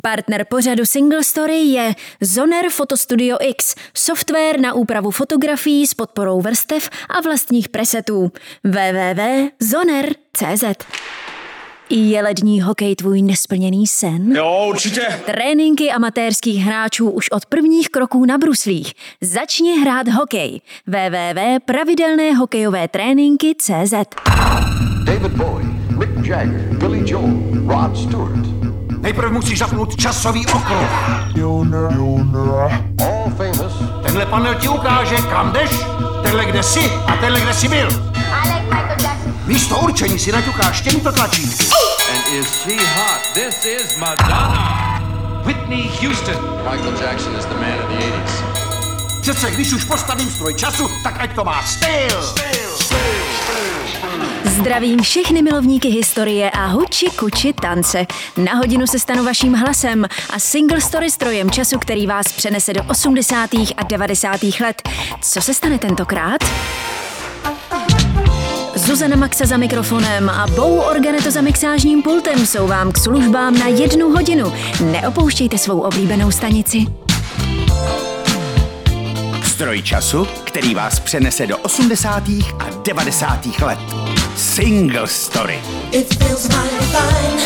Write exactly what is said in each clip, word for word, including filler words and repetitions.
Partner pořadu Single Story je Zoner Photostudio X, software na úpravu fotografií s podporou vrstev a vlastních presetů. w w w tečka zoner tečka c z. Je lední hokej tvůj nesplněný sen? Jo, určitě. Tréninky amatérských hráčů už od prvních kroků na bruslích. Začni hrát hokej. w w w tečka pravidelné hokejové tréninky tečka c z. David Bowie, Mick Jagger, Billy Joel, Rod Stewart. Nejprve musíš zapnout časový okruh. All famous. Tenhle panel ti ukáže, kam jdeš, tenhle kde jsi a tenhle kde jsi byl. I like Michael Jackson. Místo určení si naťukáš těmito tlačítky. And is she hot? This is Madonna. Whitney Houston. Michael Jackson is the man of the eighties. Přece když už postavím stroj času, tak ať to má styl. Styl, styl, Zdravím všechny milovníky historie a huči kuči tance. Na hodinu se stanu vaším hlasem a Single Story strojem času, který vás přenese do osmdesátých a devadesátých let. Co se stane tentokrát? Zuzana Maxa za mikrofonem a Bou Organeto za mixážním pultem jsou vám k službám na jednu hodinu. Neopouštějte svou oblíbenou stanici. Stroj času, který vás přenese do osmdesátých a devadesátých let. Single Story. It feels mighty fine.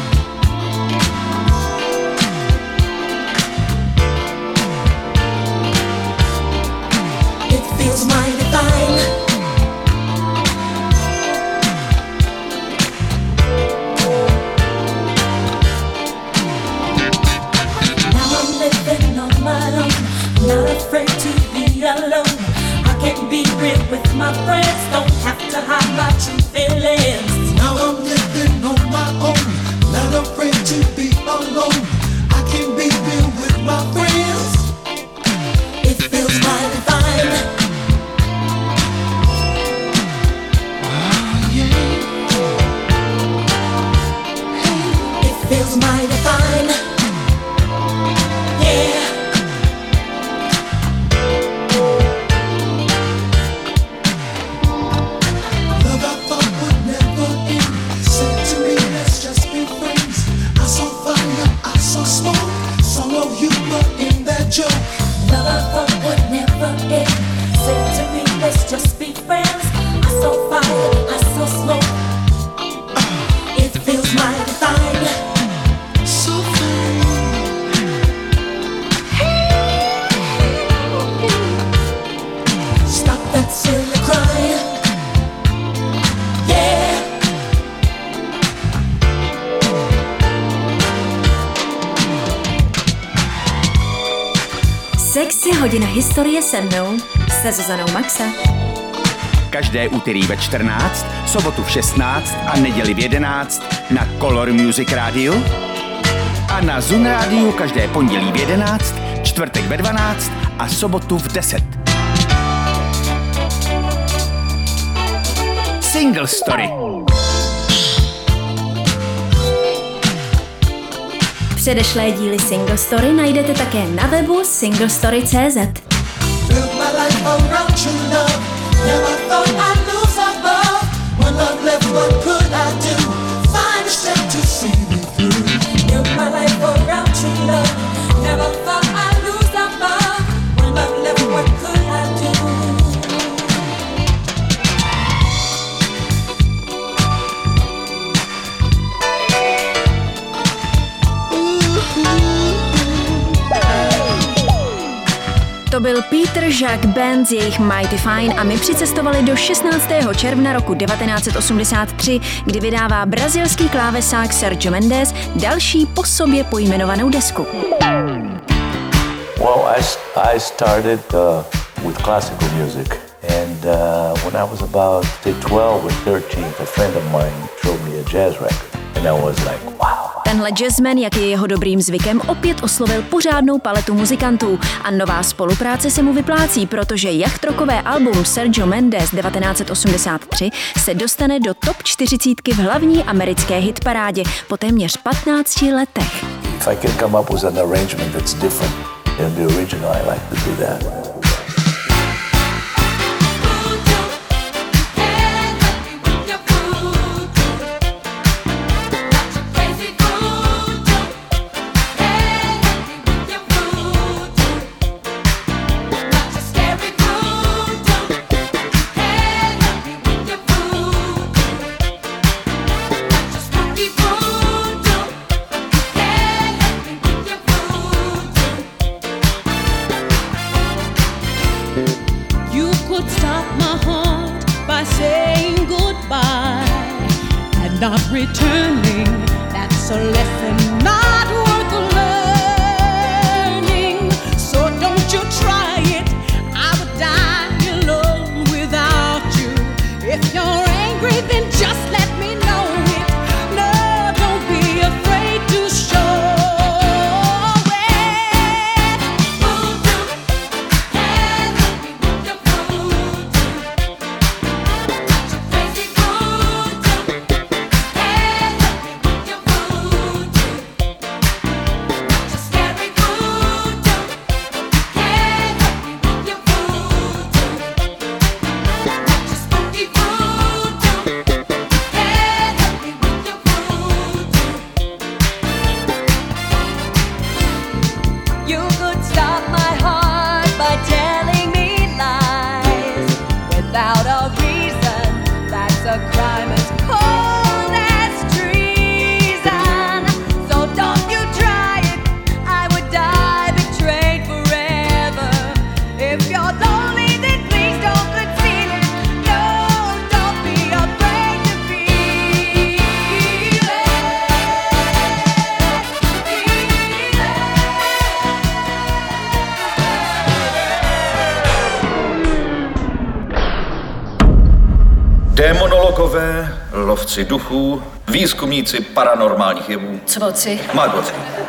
It feels mighty fine. Now I'm living on my own, not afraid to be alone. I can be real with my friends, don't have to hide my true feelings. Now I'm living on my own, not afraid to be alone. I can be real with my friends. It feels mighty fine. Oh yeah. It feels mighty fine. Yeah. Love I thought would never end. Said to me, let's just be friends. I saw fire, I saw smoke, saw humor in that joke. Love I thought would never end. Said to me, let's just be friends. I saw fire, I saw smoke. It feels mighty fine. So fine. Stop that silly crying. Yeah. Sexy hodina historie se mnou, se Zuzanou Maxa. Každé úterý ve čtrnáct, sobotu v šestnáct a neděli v jedenáct na Color Music Radio a na Zoom Radio každé pondělí v jedenáct, čtvrtek ve dvanáct a sobotu v deset. Single Story. Předešlé díly Single Story najdete také na webu single story tečka c z. Built my life around true love. Never thought I'd lose our love. When love left, what could I do? Find a strength to see me through. Built my life around true love. Never thought I'd lose our love. When love left, what could I do? To byl Peter Jacques Band z jejich Mighty Fine a my přicestovali do šestnáctého června roku devatenáct set osmdesát tři, kdy vydává brazilský klávesák Sérgio Mendes další po sobě pojmenovanou desku. Well, I, I started uh, with classical music, and uh, when I was about say twelve or thirteen, a friend of mine showed me a jazz record, and I was like, wow. Tenhle jazzman, jak je jeho dobrým zvykem, opět oslovil pořádnou paletu muzikantů a nová spolupráce se mu vyplácí, protože jachtrokové album Sérgio Mendes devatenáct set osmdesát tři se dostane do top čtyřicítky v hlavní americké hitparádě po téměř patnácti letech. If I can come up with an arrangement that's different than the original, I like to do that. Crazy fool, returning. That's a lesson not worth learning. So don't you try it. I would die alone without you. If you're angry, then just let me know it. No, don't be afraid to show it. Voodoo, and let me move your voodoo. Such a crazy voodoo, and let me move your voodoo. Such a scary voodoo, and let me move your voodoo. Such a spooky voodoo, and let me move your voodoo. You could stop my heart by telling me lies without a reason. That's a crime as cold as treason. So don't you try it. I would die betrayed forever. If you're lonely, then please don't conceal it. No, don't be afraid to feel it. Démonologové, lovci duchů, výzkumníci paranormálních jevů, Cvoci. magoři.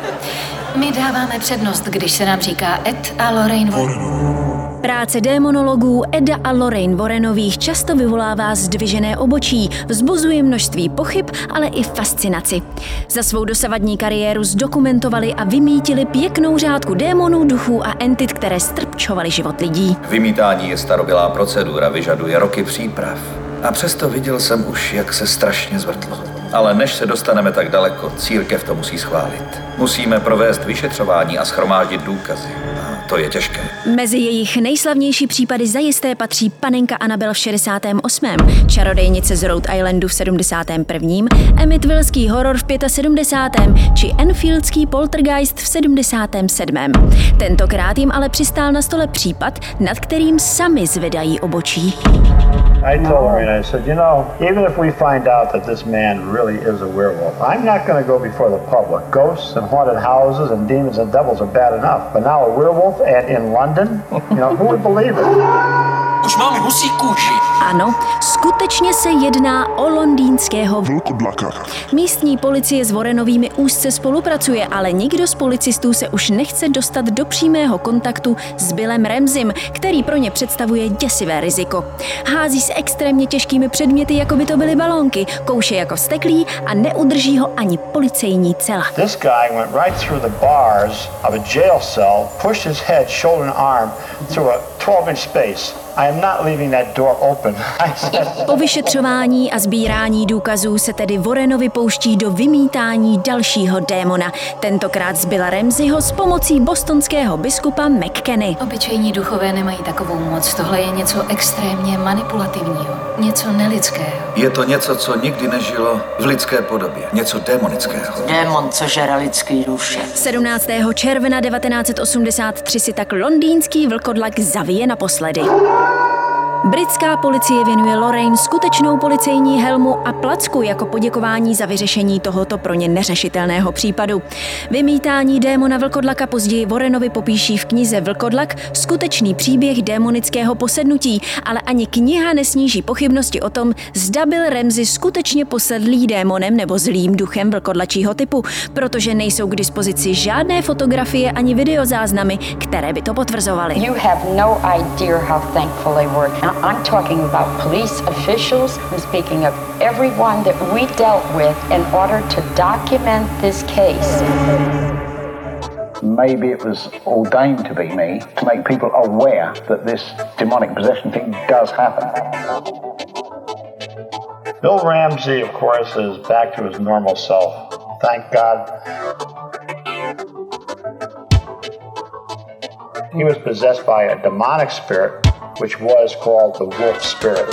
My dáváme přednost, když se nám říká Ed a Lorraine Warren. Práce démonologů Eda a Lorraine Warrenových často vyvolává zdvižené obočí, vzbuzuje množství pochyb, ale i fascinaci. Za svou dosavadní kariéru zdokumentovali a vymítili pěknou řádku démonů, duchů a entit, které strpčovaly život lidí. Vymítání je starobylá procedura, vyžaduje roky příprav. A přesto viděl jsem už, jak se strašně zvrtlo. Ale než se dostaneme tak daleko, církev to musí schválit. Musíme provést vyšetřování a shromáždit důkazy. A to je těžké. Mezi jejich nejslavnější případy zajisté patří panenka Annabelle v šedesátém osmém, čarodejnice z Rhode Islandu v sedmdesátém prvním, Amityvillský horor v sedmdesátém pátém či Enfieldský poltergeist v sedmdesátém sedmém Tentokrát jim ale přistál na stole případ, nad kterým sami zvedají obočí. I told her, and I said, you know, even if we find out that this man really is a werewolf, I'm not going to go before the public. Ghosts and haunted houses and demons and devils are bad enough, but now a werewolf and in London, you know, who would believe it? Už máme husí kůži. Ano, skutečně se jedná o londýnského vlkodlaka. Místní policie s Warrenovými úzce spolupracuje, ale nikdo z policistů se už nechce dostat do přímého kontaktu s Billem Ramseym, který pro ně představuje děsivé riziko. Hází s extrémně těžkými předměty, jako by to byly balónky, kouše jako vzteklý a neudrží ho ani policejní cela. This guy went right through the bars of a jail cell, pushed his head, shoulder and arm through a twelve inch space. I am not leaving that door open. Po vyšetřování a sbírání důkazů se tedy Warrenovi pouští do vymítání dalšího démona, tentokrát z Billa Ramseyho s pomocí bostonského biskupa McKenny. Obyčejní duchové nemají takovou moc. Tohle je něco extrémně manipulativního, něco nelidského. Je to něco, co nikdy nežilo v lidské podobě, něco démonického. Démon, co žere lidský duše. sedmnáctého června devatenáct set osmdesát tři si tak londýnský vlkodlak zavije naposledy. Britská policie věnuje Lorraine skutečnou policejní helmu a placku jako poděkování za vyřešení tohoto pro ně neřešitelného případu. Vymítání démona vlkodlaka později Warrenovi popíší v knize Vlkodlak skutečný příběh démonického posednutí, ale ani kniha nesníží pochybnosti o tom, zda byl Ramsey skutečně posedlý démonem nebo zlým duchem vlkodlačího typu, protože nejsou k dispozici žádné fotografie ani videozáznamy, které by to potvrzovaly. You have no idea how thankful they were. I'm talking about police officials. I'm speaking of everyone that we dealt with in order to document this case. Maybe it was ordained to be me to make people aware that this demonic possession thing does happen. Bill Ramsey, of course, is back to his normal self. Thank God. He was possessed by a demonic spirit, which was called the wolf spirit.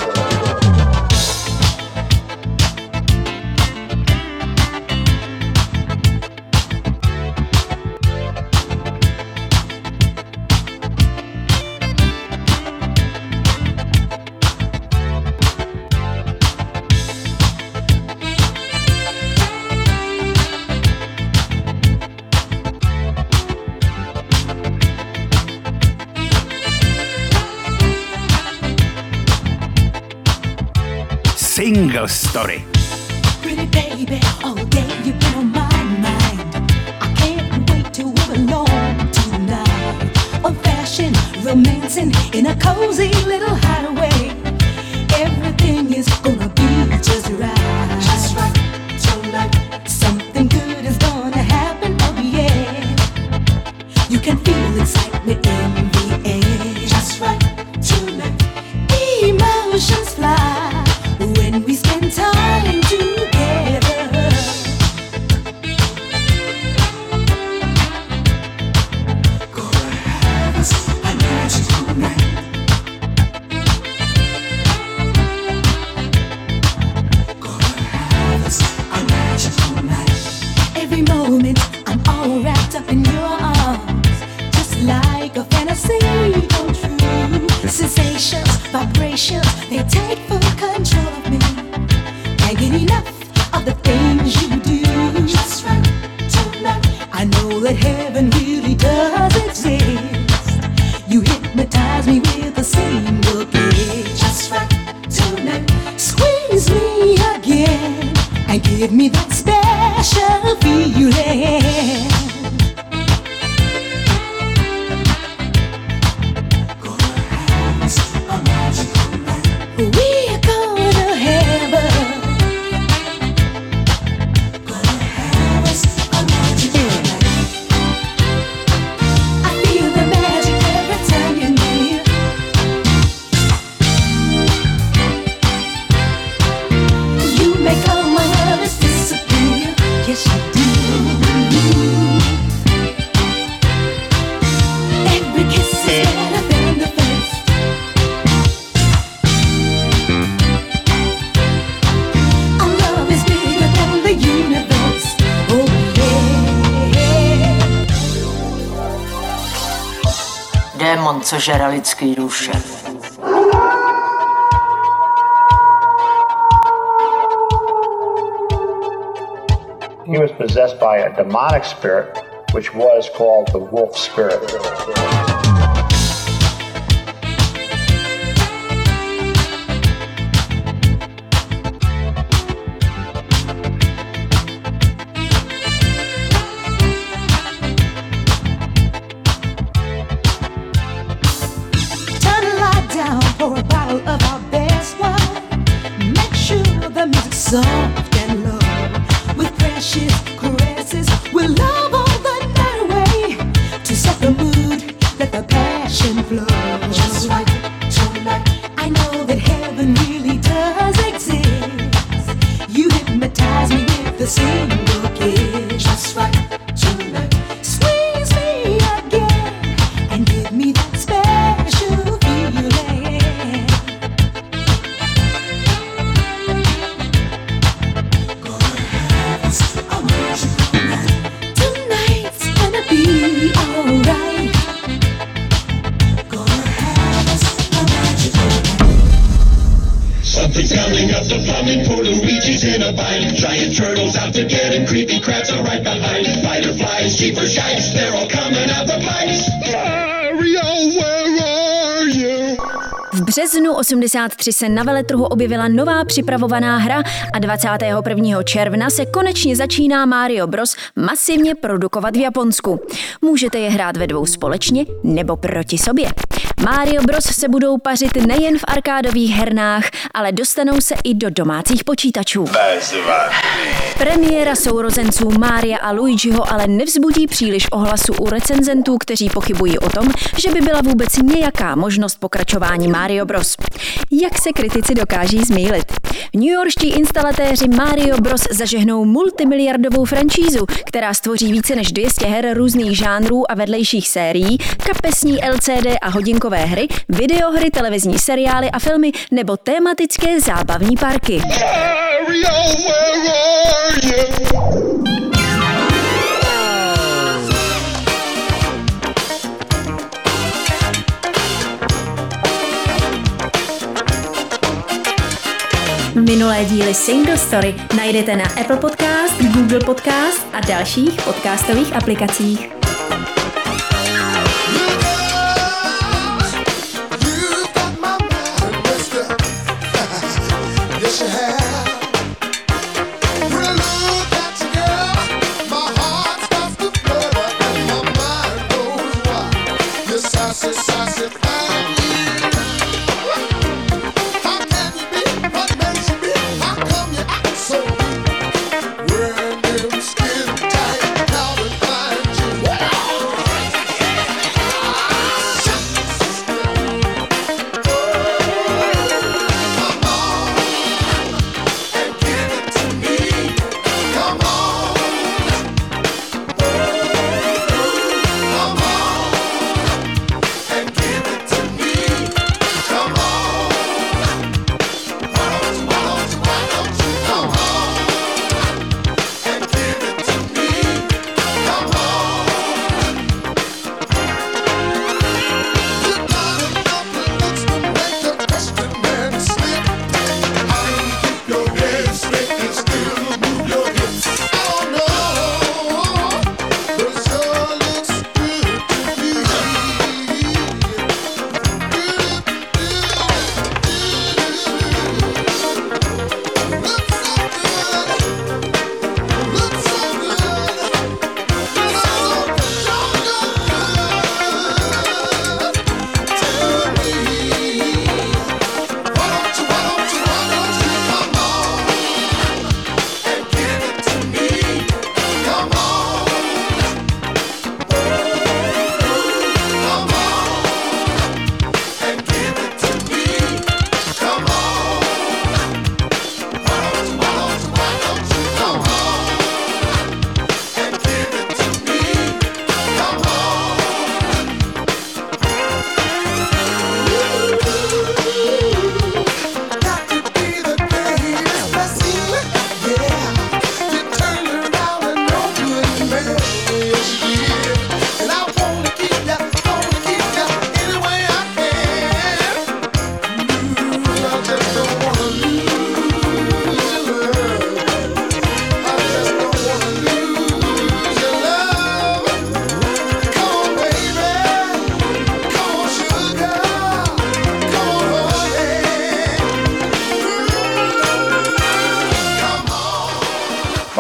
Single Story. Pretty baby, all day you've been on my mind. I can't wait till we're alone tonight. Old fashioned romancing in a cozy little hideaway. Everything is gonna be just right. Just right tonight. Something good is gonna happen, oh yeah. You can feel excitement in the air. Just right tonight. Emotions fly when we spend time together. Gonna have us a magical night. Gonna have us a magical night. Every moment I'm all wrapped up in your arms, just like a fantasy come true. Sensations, vibrations, they take full control of me. Can't get enough of the things you do. Just right tonight. I know that heaven really does exist. You hypnotize me with a single kiss. Just right tonight. Squeeze me again and give me that special feeling. We're gonna have a, gonna have us a magical night. I feel the magic every time you're near. You make all my worries disappear. Yes, you do. Every kiss is better than the first. Démon, co žere lidský duše. He was possessed by a demonic spirit, which was called the wolf spirit. For a bottle of our best wine, make sure the music's soft and low. With precious caresses, we'll love all the night away. To set the mood, let the passion flow. Just right tonight. I know that heaven really does exist. You hypnotize me with a single kiss. Just right tonight. Squeeze me again and give me that special feeling. Something's coming up the plumbing pool. Luigi's in a bind. Giant turtles out to get him. Creepy crabs are right behind. Fireflies, cheaper shikes, they're all coming out the pipes. Mario, where are you? V březnu osmdesát tři se na veletrhu objevila nová připravovaná hra a dvacátého prvního června se konečně začíná Mario Bros. Masivně produkovat v Japonsku. Můžete je hrát ve dvou společně nebo proti sobě. Mario Bros. Se budou pařit nejen v arkádových hernách, ale dostanou se i do domácích počítačů. Premiéra sourozenců Mária a Luigiho ale nevzbudí příliš ohlasu u recenzentů, kteří pochybují o tom, že by byla vůbec nějaká možnost pokračování Mario Bros. Jak se kritici dokáží zmýlit? newyorští instalatéři Mario Bros. Zažehnou multimiliardovou franšízu, která stvoří více než dvě stě her různých žánrů a vedlejších sérií, kapesní L C D a hodinkové hry, videohry, televizní seriály a filmy nebo tematické zábavní parky. Mario, where are you? Minulé díly Single Story najdete na Apple Podcast, Google Podcast a dalších podcastových aplikacích. Yes, you have.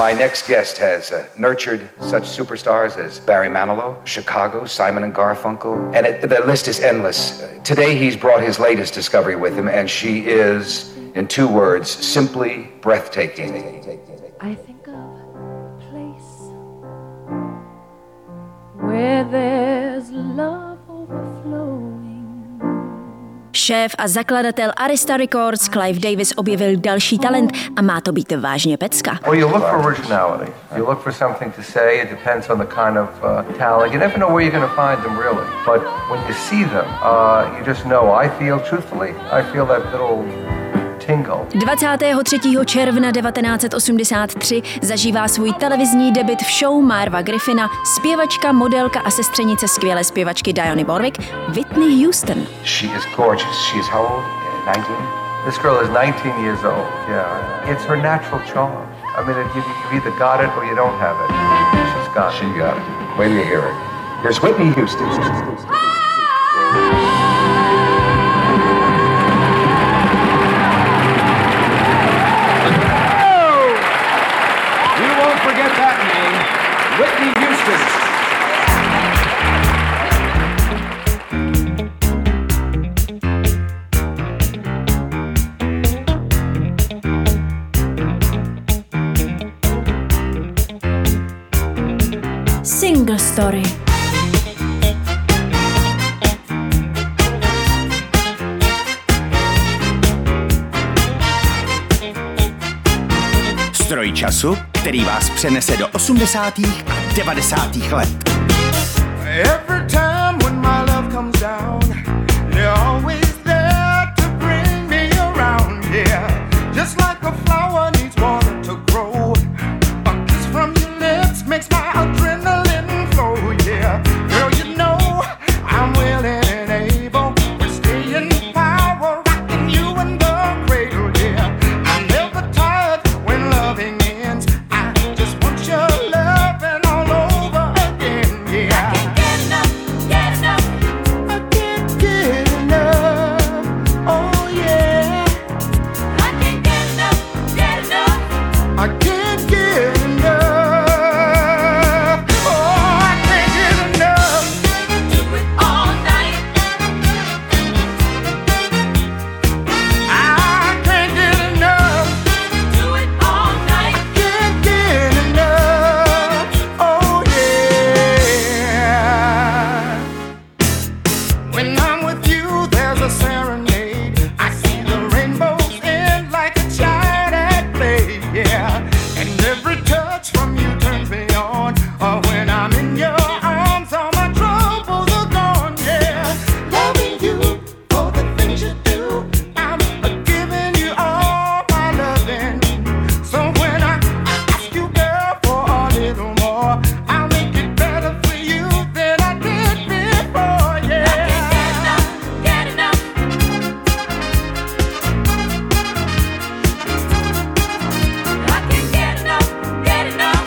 My next guest has uh, nurtured such superstars as Barry Manilow, Chicago, Simon and Garfunkel, and it, the list is endless. Today he's brought his latest discovery with him, and she is, in two words, simply breathtaking. I think of a place where there's love overflowing. Šéf a zakladatel Arista Records Clive Davis objevil další talent a má to být vážně pecka. Well, you look for originality. You look for something to say. It depends on the kind of uh, talent. You never know where you're going to find them, really. But when you see them, uh, you just know. I feel, truthfully, I feel that little tingle. dvacátého třetího června devatenáct set osmdesát tři zažívá svůj televizní debut v show Marva Griffina zpěvačka, modelka a sestřenice skvělé zpěvačky Dionne Warwick, Whitney Houston. She is gorgeous. She is how old? nineteen? This girl is nineteen years old. Yeah. It's her natural charm. I mean, you, you either got it or you don't have it. She's got it. She got it. Wait till you hear it. Here's Whitney Houston. Forget that name, Whitney Houston. Single Story. Stroj času, který vás přenese do osmdesátých a devadesátých let. Every time when my love comes down, you're always there to bring me around, yeah. Just like a flower needs water to grow, a kiss from your lips makes my adrenaline flow, yeah. Girl, you know I'm willing and able, we're staying power, rocking you in the cradle, yeah. I'm never tired when loving ends, I just want your loving all over again, yeah. I can't get enough, get enough. I can't get enough, oh yeah. I can't get enough, get enough. I can't get enough, oh I can't get enough. Do it all night. I can't get enough. Do it all night. Can't get enough, oh yeah. When I'm with you, there's a serenade. I see the rainbows in like a child at play, yeah. And every touch from you turns me on. Or when I'm in your arms, all my troubles are gone, yeah. Loving you for the things you do, I'm giving you all my loving. So when I ask you, girl, for a little more, I'll make it better for you than I did before, yeah. I can't get enough, get enough. I can't get enough, get enough.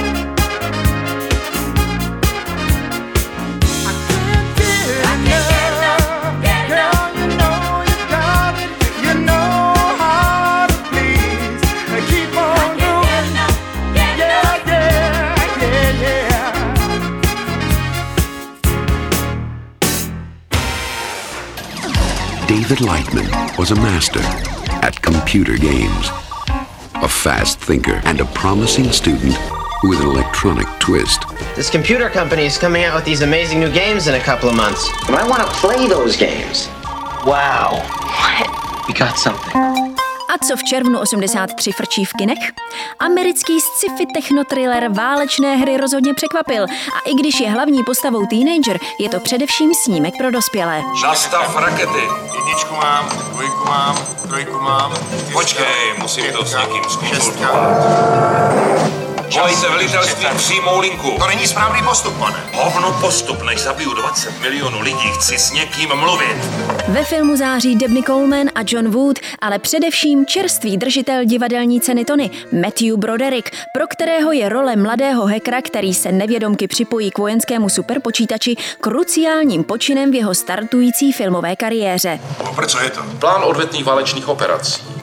I can't get enough, get enough. Girl, you know you got it, you know how to please. Keep on doing, yeah, yeah, yeah, yeah. David Lightman was a master at computer games, a fast thinker and a promising student with an electronic twist. This computer company is coming out with these amazing new games in a couple of months. And I want to play those games. Wow. What? We got something. A co v červnu osmdesát tři frčí v kinech? Americký sci-fi techno-thriller válečné hry rozhodně překvapil. A i když je hlavní postavou teenager, je to především snímek pro dospělé. Nastav rakety. Jedničku mám, dvojku mám, trojku mám. Počkej, musím to s někým zkonzultovat. Volejte velitelství přímou linku. To není správný postup, pane. Hovno postup, než zabiju dvacet milionů lidí, chci s někým mluvit. Ve filmu září Dabney Coleman a John Wood, ale především čerstvý držitel divadelní ceny Tony, Matthew Broderick, pro kterého je role mladého hackera, který se nevědomky připojí k vojenskému superpočítači, kruciálním počinem v jeho startující filmové kariéře. Proč je to? Plán odvetných válečných operací.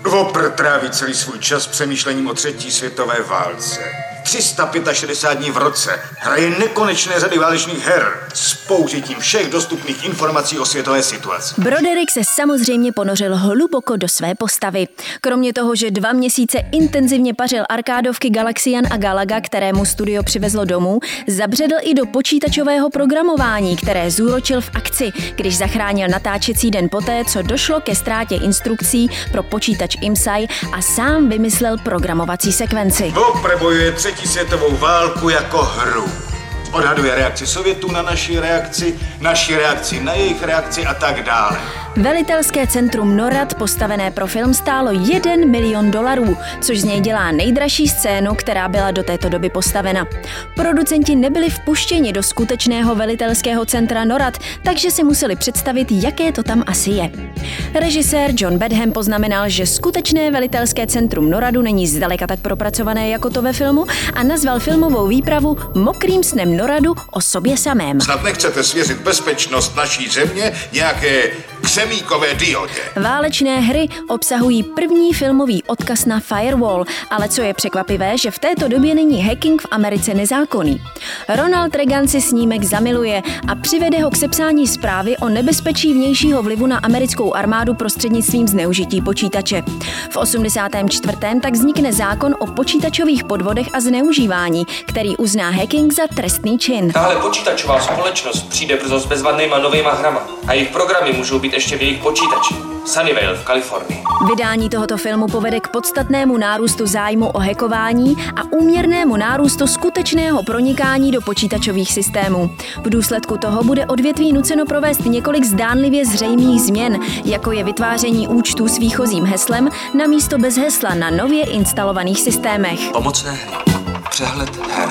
Vopr tráví celý svůj čas přemýšlením o třetí světové válce. tři sta šedesát pět dní v roce hraje nekonečné řady válečných her s použitím všech dostupných informací o světové situaci. Broderick se samozřejmě ponořil hluboko do své postavy. Kromě toho, že dva měsíce intenzivně pařil arkádovky Galaxian a Galaga, kterému studio přivezlo domů, zabředl i do počítačového programování, které zúročil v akci, když zachránil natáčecí den poté, co došlo ke ztrátě instrukcí pro počítač I M S I a sám vymyslel programovací sekvenci. Vopr bojuje třetí světovou válku jako hru. Odhaduje reakci Sovětů na naši reakci, naši reakci na jejich reakci a tak dále. Velitelské centrum NORAD postavené pro film stálo jeden milion dolarů, což z něj dělá nejdražší scénu, která byla do této doby postavena. Producenti nebyli vpuštěni do skutečného velitelského centra NORAD, takže si museli představit, jaké to tam asi je. Režisér John Badham poznamenal, že skutečné velitelské centrum NORADu není zdaleka tak propracované jako to ve filmu a nazval filmovou výpravu mokrým snem NORADu o sobě samém. Snad nechcete svěřit bezpečnost naší země nějaké křemíkové diodě. Válečné hry obsahují první filmový odkaz na Firewall, ale co je překvapivé, že v této době není hacking v Americe nezákonný. Ronald Reagan si snímek zamiluje a přivede ho k sepsání zprávy o nebezpečí vnějšího vlivu na americkou armádu prostřednictvím zneužití počítače. V osmdesátém čtvrtém tak vznikne zákon o počítačových podvodech a zneužívání, který uzná hacking za trestný čin. Tahle počítačová společnost přijde brzo s bezvadnýma novýma hrama a jejich programy můžou být ještě v jejich počítači. Sunnyvale v Kalifornii. Vydání tohoto filmu povede k podstatnému nárůstu zájmu o hackování a úměrnému nárůstu skutečného pronikání do počítačových systémů. V důsledku toho bude odvětví nuceno provést několik zdánlivě zřejmých změn, jako je vytváření účtů s výchozím heslem na místo bez hesla na nově instalovaných systémech. Pomocné hry. Přehled her.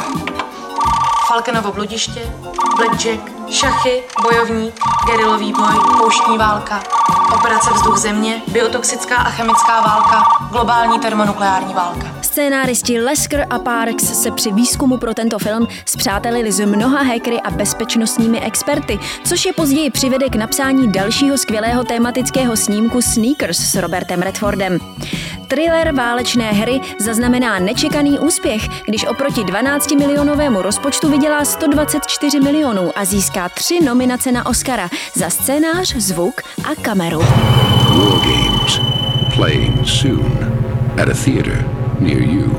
Falkenovo bludiště, blackjack, šachy, bojovník, gerilový boj, pouštní válka, operace vzduch země, biotoxická a chemická válka, globální termonukleární válka. Scénáristi Lesker a Parks se při výzkumu pro tento film spřátelili s mnoha hackery a bezpečnostními experty, což je později přivede k napsání dalšího skvělého tematického snímku Sneakers s Robertem Redfordem. Thriller válečné hry zaznamená nečekaný úspěch, když oproti dvanáctimilionovému rozpočtu vydělá sto dvacet čtyři milionů a získá tři nominace na Oscara za scénář, zvuk a kameru. War Games, playing soon at a theater near you.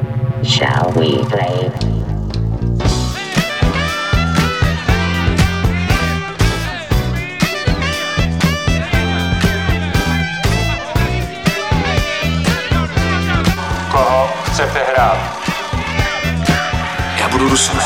Shall we play? Koho chcete hrát? Já budu Rusové.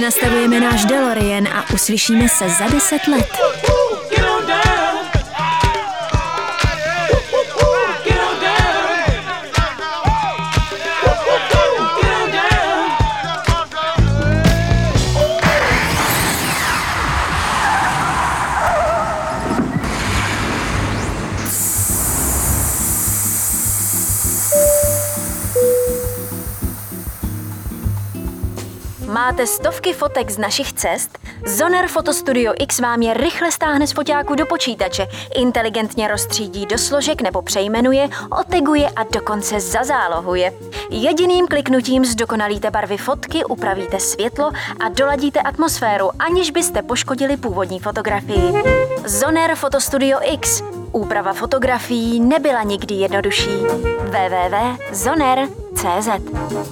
nastavujeme náš DeLorean a uslyšíme se za deset let. Máte stovky fotek z našich cest? Zoner Fotostudio X vám je rychle stáhne z foťáku do počítače, inteligentně rozstřídí do složek nebo přejmenuje, oteguje a dokonce zazálohuje. Jediným kliknutím zdokonalíte barvy fotky, upravíte světlo a doladíte atmosféru, aniž byste poškodili původní fotografii. Zoner Fotostudio X. Úprava fotografií nebyla nikdy jednodušší. w w w tečka zoner tečka c z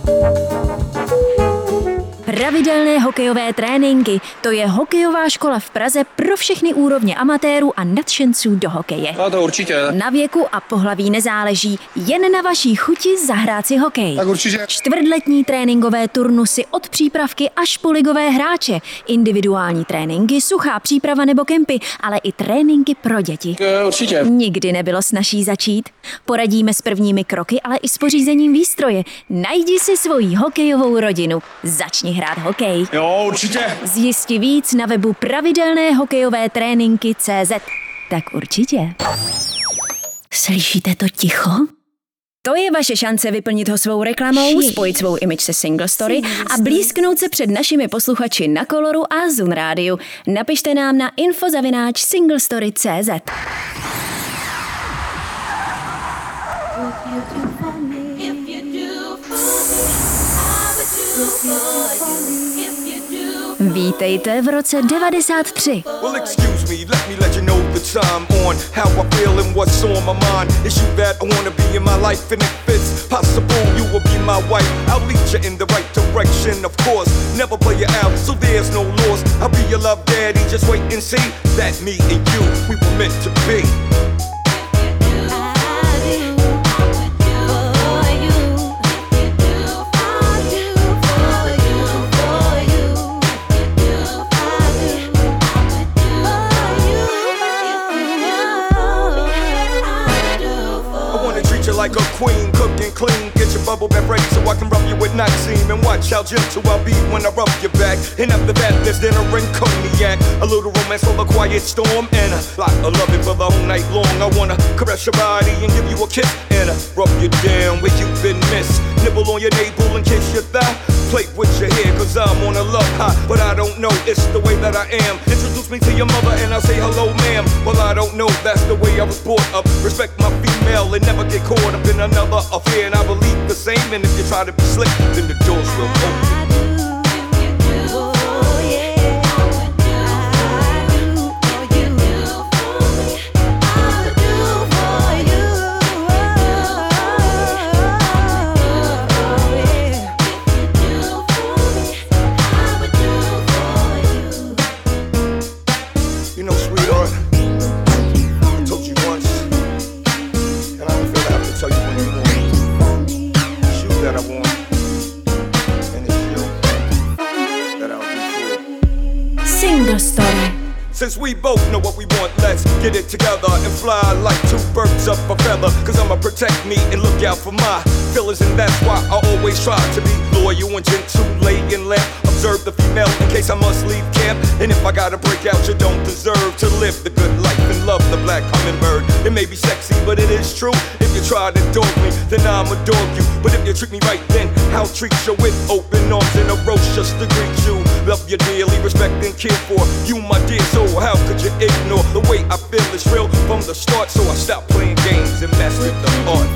Pravidelné hokejové tréninky, to je hokejová škola v Praze pro všechny úrovně amatérů a nadšenců do hokeje. No to určitě. Na věku a pohlaví nezáleží, jen na vaší chuti zahrát si hokej. Tak určitě. Čtvrtletní tréninkové turnusy od přípravky až po ligové hráče, individuální tréninky, suchá příprava nebo kempy, ale i tréninky pro děti. Určitě. Nikdy nebylo snazší začít. Poradíme s prvními kroky, ale i s pořízením výstroje. Najdi si svoji hokejovou rodinu. Začni hrát hokej. Jo, určitě. Zjisti víc na webu pravidelné hokejové tréninky tečka cé zet. Tak určitě. Slyšíte to ticho? To je vaše šance vyplnit ho svou reklamou, spojit svou image se Single Story a blízknout se před našimi posluchači na Coloru a Zun Rádiu. Napište nám na info zavináč singlestory tečka cé zet. Vítejte v roce devadesát tři. Well, excuse me, let me let you know the time on how I feel and what's on my mind. It's you that I wanna be in my life, and if it's possible, you will be my wife. I'll lead you in the right direction, of course. Never play you out, so there's no loss. I'll be your love daddy, just wait and see that me and you, we were meant to be. Like a queen, cook and clean. Get your bubble bath ready so I can rub you with Noxine. And watch how gentle I'll be when I rub your back. And after that, there's dinner and cognac. A little romance for the quiet storm. And a lot of loving for the whole night long. I wanna caress your body and give you a kiss. And uh, rub you down where you've been missed. Nibble on your navel and kiss your thigh. Play with your hair cause I'm on a love high. But I don't know, it's the way that I am. Introduce me to your mother and I'll say hello ma'am. Well I don't know, that's the way I was brought up. Respect my female and never get caught up in another affair. And I believe the same, and if you try to be slick, then the doors will open. Since we both know what we want, let's get it together and fly like two birds up a feather. Cause I'ma protect me and look out for my feelings, and that's why I always try to be loyal and gentle, lay and lamp. Observe the female in case I must leave camp. And if I gotta break out, you don't deserve to live the good life and love the black hummingbird. It may be sexy, but it is true. If you try to dog me, then I'ma dog you. But if you treat me right, then I'll treat you with open arms and a roast just to greet you. Love you dearly, respect and care for you, my dear. So how could you ignore the way I feel is real from the start? So I stopped playing games and mastered the art.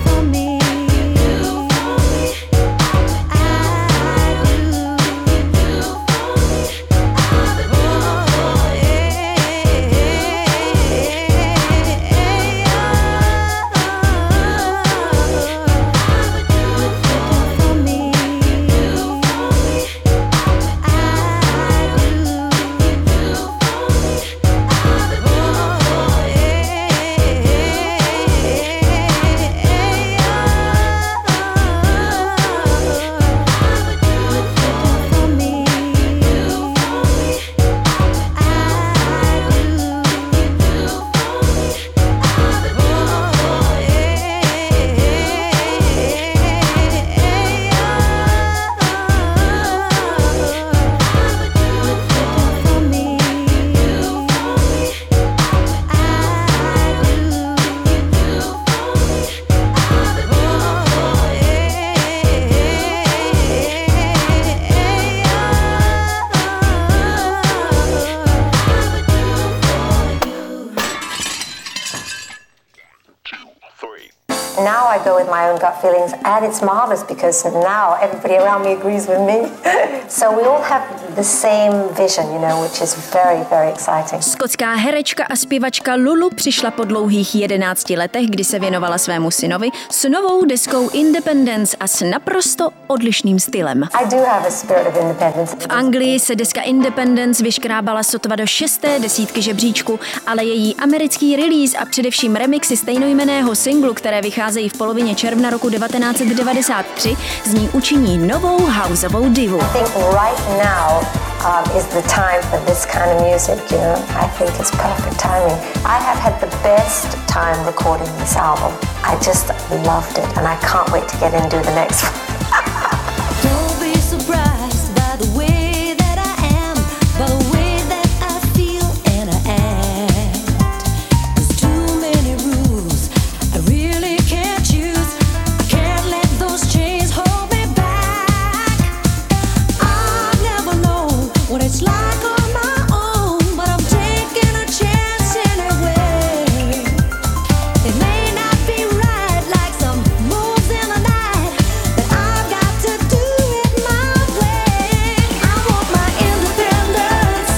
I go with my own gut feelings, and it's marvelous because now everybody around me agrees with me. So we all have the same vision, you know, which is very, very exciting. Skotská herečka a zpěvačka Lulu přišla po dlouhých jedenácti letech, kdy se věnovala svému synovi, s novou deskou Independence a s naprosto odlišným stylem. I do have a spirit of independence. V Anglii se deska Independence vyškrábala sotva do šesté desítky žebříčku, ale její americký release a především remixy stejnojmenného singlu, které vycházejí v polovině června roku devatenáct set devadesát tři, z ní učiní novou houseovou divu. I think right now um, is the time for this kind of music, you know. I think it's perfect timing. I have had the best time recording this album. I just loved it and I can't wait to get in and do the next one. Don't be surprised by the way that I am, by the way that I feel and I act. There's too many rules I really can't choose. I can't let those chains hold me back. I've never known what it's like on my own, but I'm taking a chance anyway. It may not be right like some moves in the night, but I've got to do it my way. I want my independence.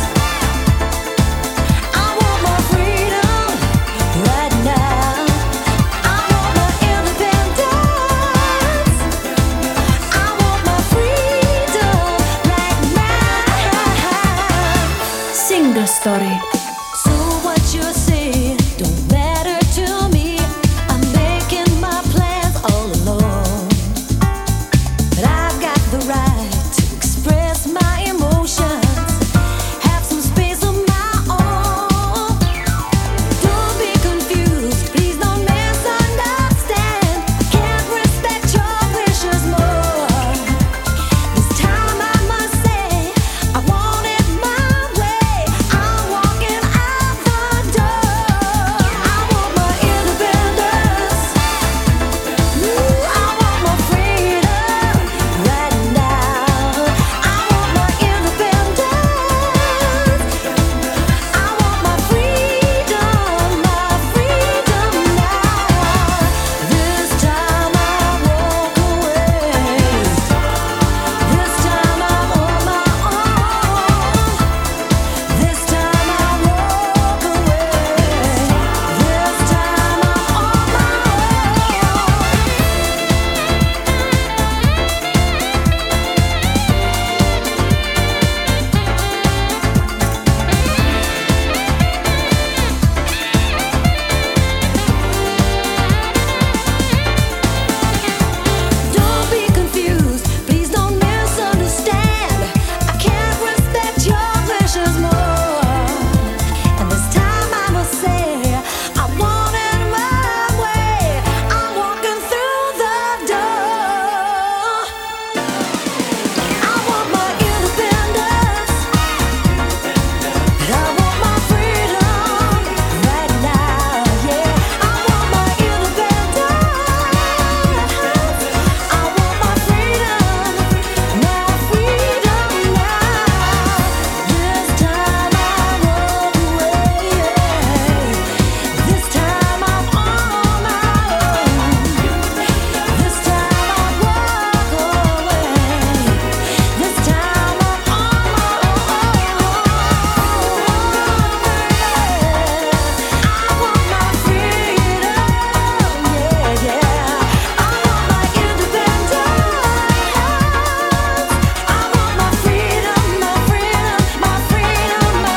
I want my freedom right now. I want my independence. I want my freedom right now. Single Story. So what you're saying don't matter to me. I'm making my plans all alone, but I've got the right to express my emotions, have some space of my own. Don't be confused, please don't misunderstand. I can't respect your wishes more. This time I must say I want it my way. I'm walking out the door. I want my independence. Ooh, I want my freedom right now. I want my independence. I want my freedom, my freedom now. This time I walk away. This time I'm on my own. This time I walk away. This time I'm on my Don't be confused, please don't misunderstand. I can't respect your wishes more. And this time I must say I want it my way. I'm walking through the door. I want my independence. I want my freedom right now. Yeah, I want my independence. I want my freedom, my freedom now. This time I walk away. This time I'm on my own. This time I walk away. This time I'm on my own. I want my freedom, yeah, yeah. I want my independence. I want my freedom, my freedom, my freedom, my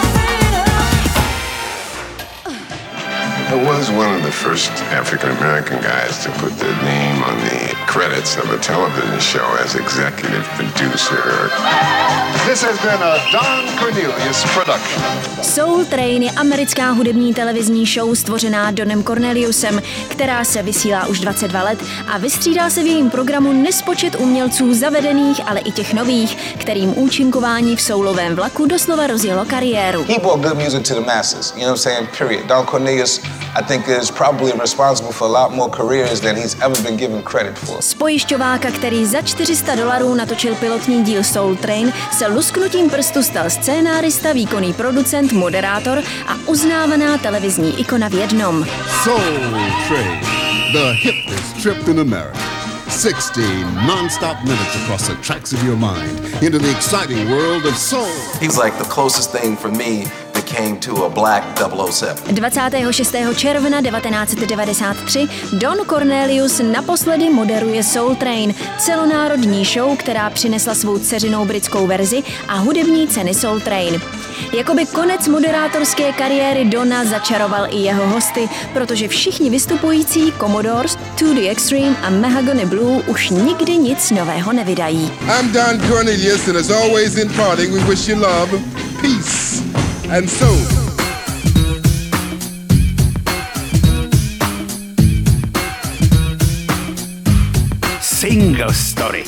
freedom. I was one of the first African American guys to put their name on the credits of a television show as executive producer. This has been a Don Cornelius production. Soul Train je americká hudební televizní show stvořená Donem Corneliusem, která se vysílá už dvacet dva let a vystřídá se v jejím programu nespočet umělců zavedených, ale i těch nových, kterým účinkování v soulovém vlaku doslova rozjelo kariéru. He brought good music to the masses, you know what I'm saying, period. Don Cornelius, I think, is probably responsible for a lot more careers than he's ever been given credit for. Z pojišťováka, který za čtyři sta dolarů natočil pilotní díl Soul Train, se lusknutím prstu stal scénárista, výkonný producent, moderátor a uznávaná televizní ikona v jednom. Soul Train. the hippest trip in America. sixteen non-stop minutes across the tracks of your mind into the exciting world of soul. He was like the closest thing for me that came to a black double oh seven. dvacátého šestého června devatenáct set devadesát tři Don Cornelius naposledy moderuje Soul Train, celonárodní show, která přinesla svou dceřinou britskou verzi a hudební ceny Soul Train. Jakoby konec moderátorské kariéry Dona začaroval i jeho hosty, protože všichni vystupující Commodores, To the Extreme a Mahogany Blue už nikdy nic nového nevydají. I'm Don Cornelius, and as always in parting, we wish you love, peace, and soul. Single Story.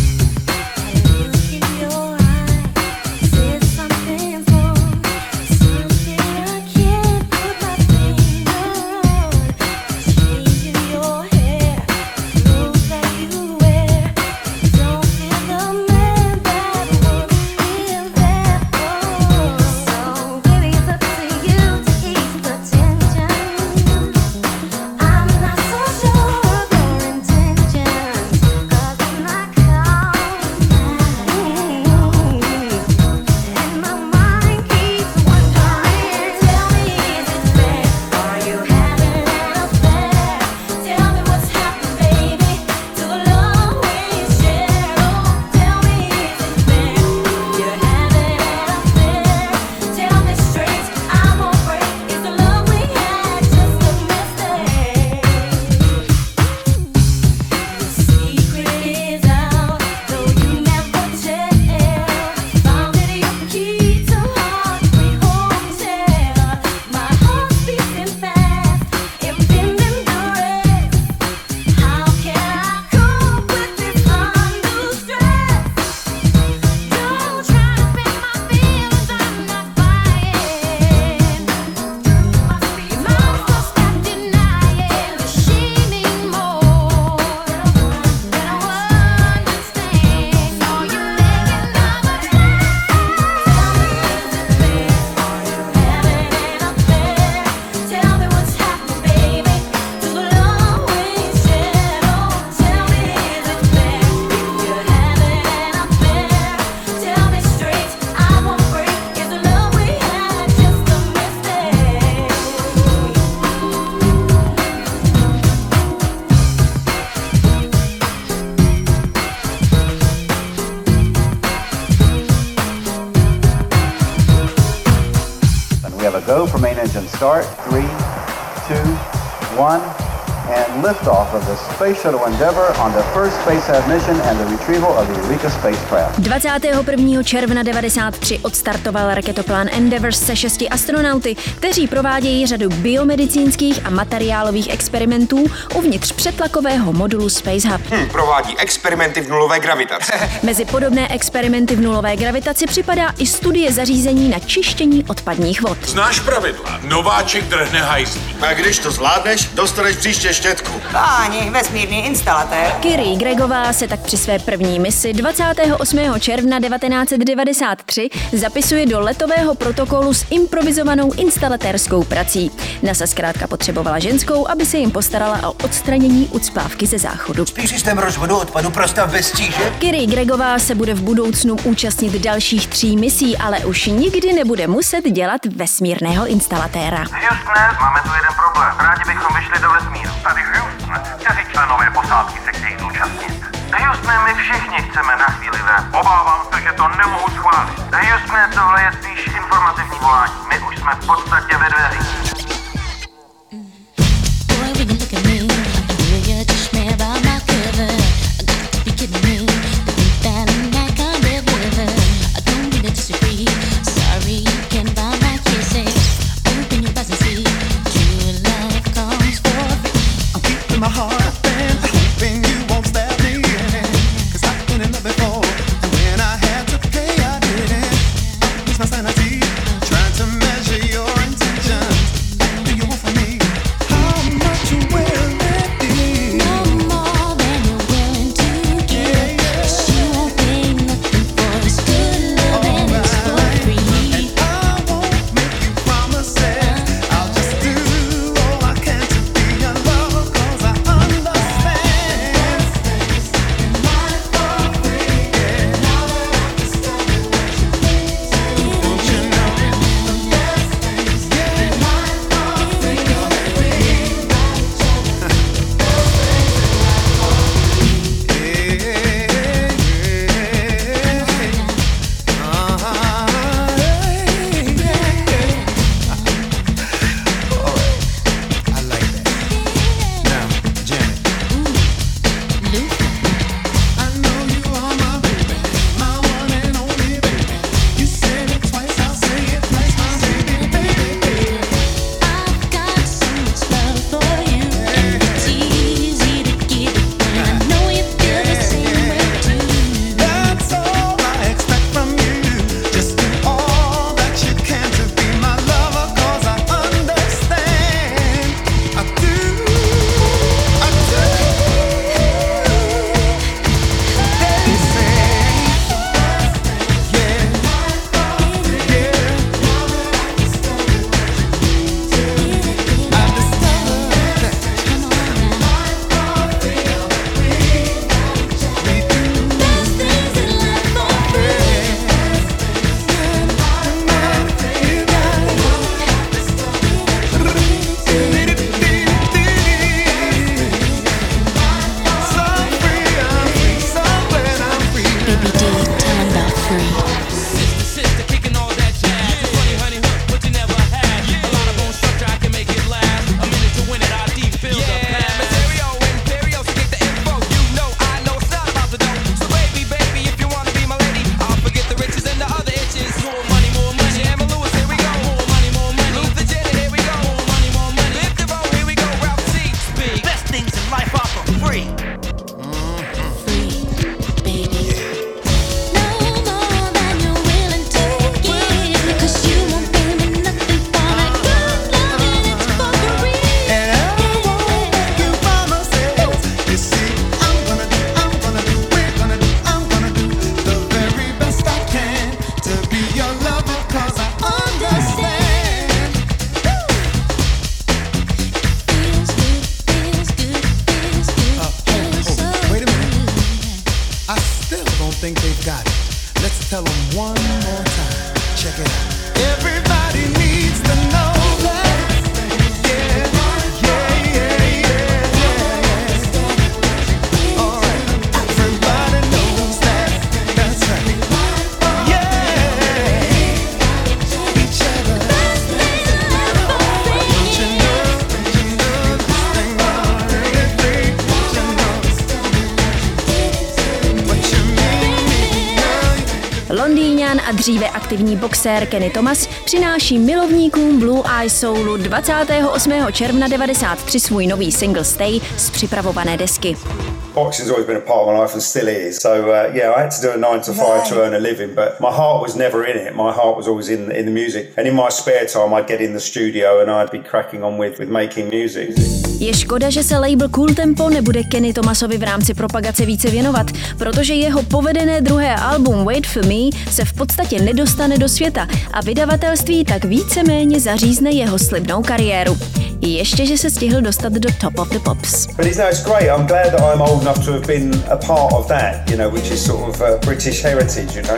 Go for main engine start. Three, two, one, and liftoff of the Space Shuttle Endeavour on the first space mission and the retrieval of the Eureka spacecraft. dvacátého prvního června devadesát tři odstartoval raketoplán Endeavour se šesti astronauty, kteří provádějí řadu biomedicínských a materiálových experimentů uvnitř přetlakového modulu Space Hub. Hmm, provádí experimenty v nulové gravitaci. Mezi podobné experimenty v nulové gravitaci připadá i studie zařízení na čištění odpadních vod. Znáš pravidla. Nováček drhne hajzlí. A když to zvládneš, dostaneš příště štětku. Páni, vesmírný instalatér. Kyrie Gregová se tak při své první misi dvacátého osmého června devatenáct set devadesát tři zapisuje do letového protokolu s improvizovanou instalatérskou prací. NASA zkrátka potřebovala ženskou, aby se jim postarala o odstranění ucpávky ze záchodu. Spíš systém rozvodu odpadu pro stav bez tíže? Kyrie Gregová se bude v budoucnu účastnit dalších tří misí, ale už nikdy nebude muset dělat vesmírného instalatéra. Houstone, máme tu jeden problém. Rádi bychom vyšli do vesmíru. Tady Houston, kteří členové posádky se chtějí zúčastnit. Houstone, my všichni chceme na chvíli ven. Obávám se, že to nemohu schválit. Houstone, tohle je spíš informativní volání. My už jsme v podstatě ve dveřích. Trying to measure your intent. dříve aktivní boxér Kenny Thomas přináší milovníkům Blue Eye Soulu dvacátého osmého června devadesát tři svůj nový single Stay z připravované desky. Boxing's always been a part of my life and still is. So uh, yeah, I had to do a nine to five to earn a living, but my heart was never in it. My heart was always in in the music. And in my spare time, I'd get in the studio and I'd be cracking on with with making music. Je škoda, že se label Cool Tempo nebude Kenny Thomasovi v rámci propagace více věnovat, protože jeho povedené druhé album Wait for Me se v podstatě nedostane do světa a vydavatelství tak víceméně zařízne jeho slibnou kariéru. Ještě, že se stihl dostat do Top of the Pops. But it's, no, it's great. I'm glad that I'm old enough to have been a part of that, you know, which is sort of uh, British heritage, you know.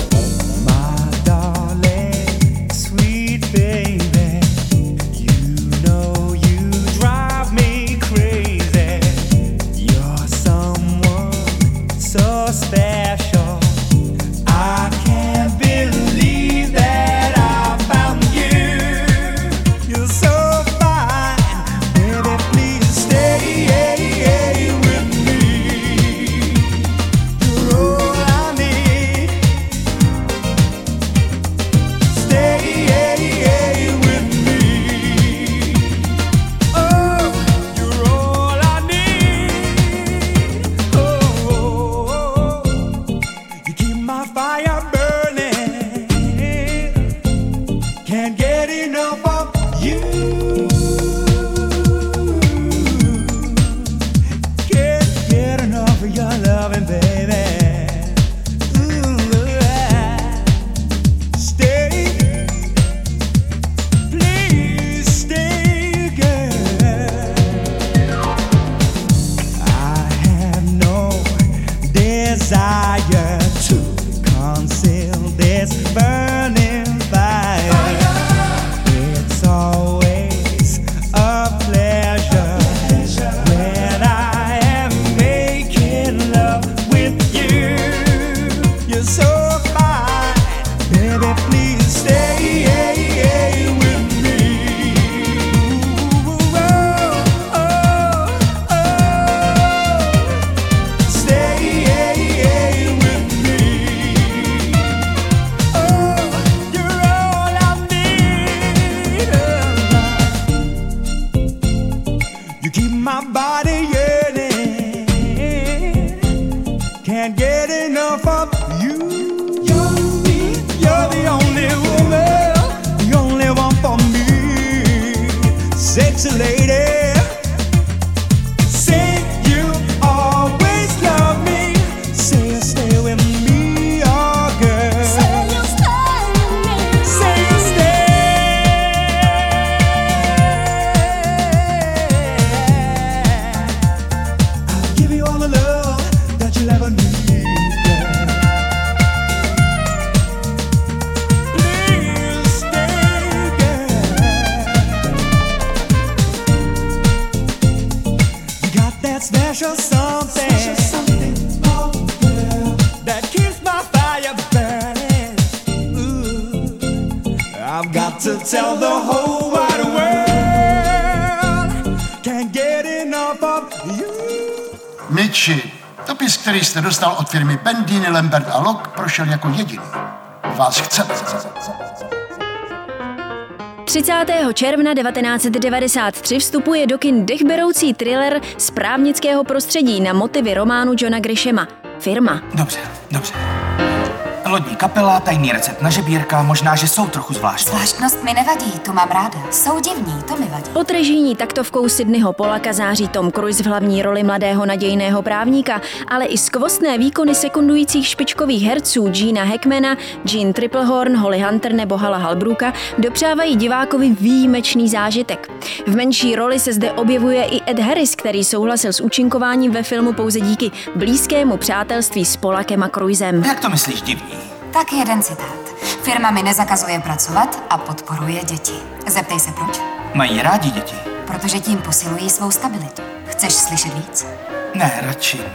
Mitchi, dopis, který jste dostal od firmy Bendini, Lambert a Locke, prošel jako jediný. Vás chceme. třicátého června devatenáct set devadesát tři vstupuje do kin dechberoucí thriller z právnického prostředí na motivy románu Johna Grishama. Firma. Dobře, dobře. Lodní kapela, tajný recept na žebírka, možná, že jsou trochu zvláštní. Zvláštnost mi nevadí, to mám ráda. Jsou divní, to mi vadí. Pod režijní taktovkou Sydneyho Pollacka září Tom Cruise v hlavní roli mladého nadějného právníka, ale i skvostné výkony sekundujících špičkových herců Gina Hackmana, Jean Triplehorn, Holly Hunter nebo Hala Halbrooka dopřávají divákovi výjimečný zážitek. V menší roli se zde objevuje i Ed Harris, který souhlasil s účinkováním ve filmu pouze díky blízkému přátelství s Pollackem a Cruisem. Jak to myslíš divný? Tak jeden citát. Firma mi nezakazuje pracovat a podporuje děti. Zeptej se proč? Mají rádi děti. Protože tím posilují svou stabilitu. Chceš slyšet víc? Ne, radši ne.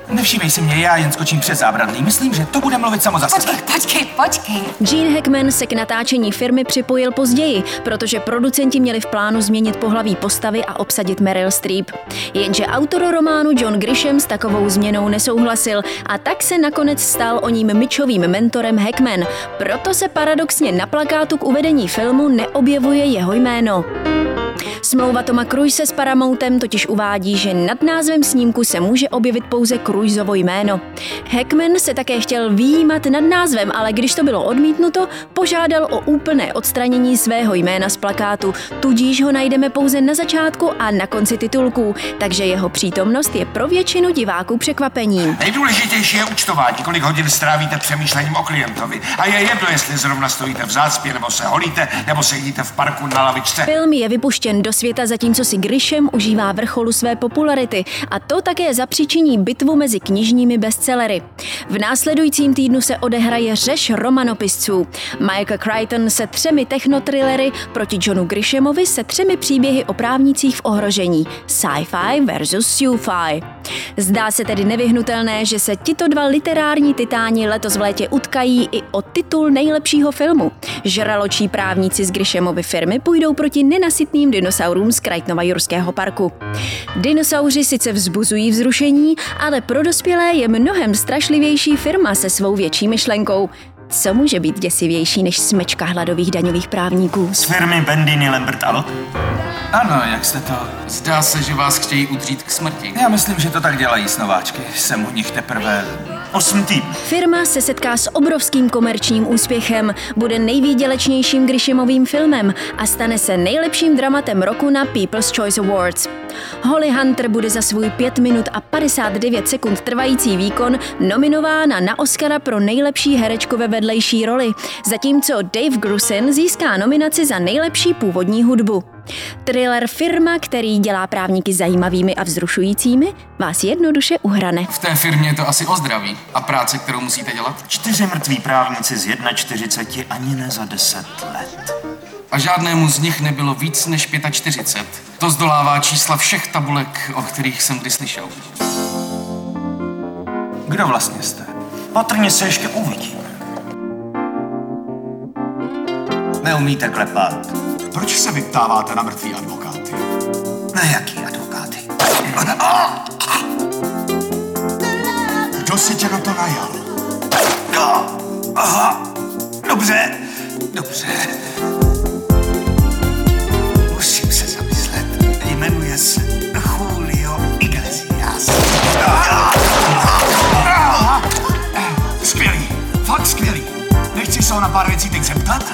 Nevšímej si mě, já jen skočím přes zábradlí. Myslím, že to bude mluvit samo za sebe. Počkej, počkej, počkej. Gene Hackman se k natáčení Firmy připojil později, protože producenti měli v plánu změnit pohlaví postavy a obsadit Meryl Streep. Jenže autor románu John Grisham s takovou změnou nesouhlasil a tak se nakonec stal o ním Mitchovým mentorem Hackman. Proto se paradoxně na plakátu k uvedení filmu neobjevuje jeho jméno. Smlouva Toma Cruise s Paramountem totiž uvádí, že nad názvem snímku se může objevit pouze Cruiseovo jméno. Hackman se také chtěl vyjímat nad názvem, ale když to bylo odmítnuto, požádal o úplné odstranění svého jména z plakátu, tudíž ho najdeme pouze na začátku a na konci titulků, takže jeho přítomnost je pro většinu diváků překvapením. Nejdůležitější je účtování, kolik hodin strávíte přemýšlením o klientovi. A je jedno, jestli zrovna stojíte v zácpě, nebo se holíte, nebo sedíte v parku na lavičce. Film je vypuštěn do světa, zatímco si Grisham užívá vrcholu své popularity a to také zapříčiní bitvu mezi knižními bestsellery. V následujícím týdnu se odehraje řeš romanopisců. Michael Crichton se třemi technotrillery proti Johnu Grishamovi se třemi příběhy o právnících v ohrožení. Sci-fi versus sci-fi. Zdá se tedy nevyhnutelné, že se tito dva literární titáni letos v létě utkají i o titul nejlepšího filmu. Žraločí právníci z Grishamovy Firmy půjdou proti nenasytným dinosaurům z Crichtonova jurského parku. Dinosauři sice vzbuzují vzrušení, ale pro dospělé je mnohem strašlivější Firma se svou větší myšlenkou. Co může být děsivější než smečka hladových daňových právníků? Z firmy Bendini, Lambert a Lock? Ano, jak jste to... Zdá se, že vás chtějí udřít k smrti. Já myslím, že to tak dělají s nováčky. Jsem u nich teprve osm týdnů. Firma se setká s obrovským komerčním úspěchem, bude nejvýdělečnějším Grishamovým filmem a stane se nejlepším dramatem roku na People's Choice Awards. Holly Hunter bude za svůj pět minut a padesát devět sekund trvající výkon nominována na Oscara pro nejlepší herečku ve vedlejší roli, zatímco Dave Grusin získá nominaci za nejlepší původní hudbu. Thriller Firma, který dělá právníky zajímavými a vzrušujícími, vás jednoduše uhrane. V té firmě je to asi o zdraví. A práce, kterou musíte dělat? Čtyři mrtví právníci z čtyřicet jedna ani ne za deset let. A žádnému z nich nebylo víc než čtyřicet pět. To zdolává čísla všech tabulek, o kterých jsem kdy slyšel. Kdo vlastně jste? Patrně se ještě uvidíme. Neumíte klepat. Proč se vyptáváte na mrtvý advokáty? Na jaký advokáty? Kdo si tě na to najal? No, aha, dobře, dobře. Musím se zamyslet. Jmenuje se Julio Iglesias. Skvělý, fakt skvělý. Nechci se ho na pár věcí teď zeptat?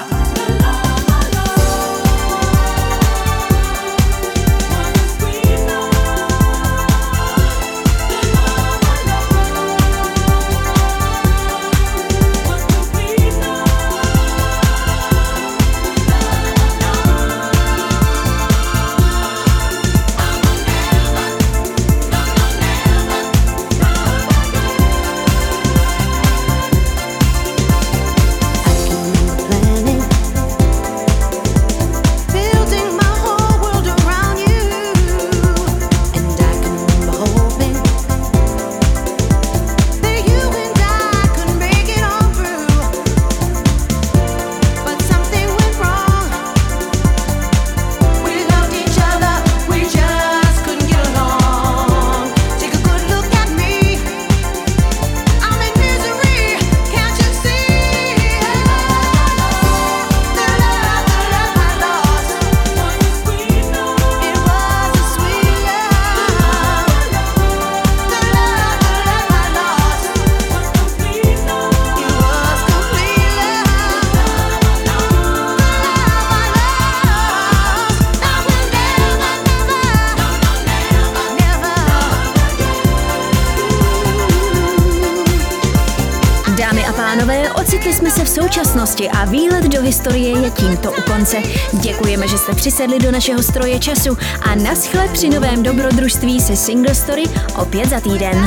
Ocitli jsme se v současnosti a výlet do historie je tímto u konce. Děkujeme, že jste přisedli do našeho stroje času a naschle při novém dobrodružství se Single Story opět za týden.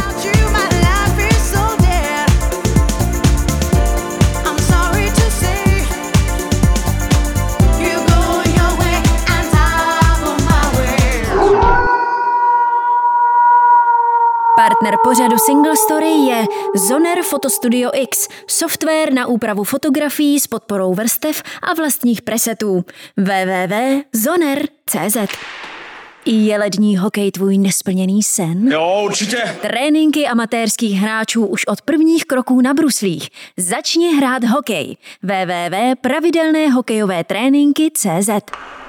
Partner pořadu pořadu Single Story je Zoner Photostudio X, software na úpravu fotografií s podporou vrstev a vlastních presetů. w w w tečka zoner tečka c z. Je lední hokej tvůj nesplněný sen? Jo, určitě. Tréninky amatérských hráčů už od prvních kroků na bruslích. Začni hrát hokej. w w w tečka pravidelné hokejové tréninky tečka c z.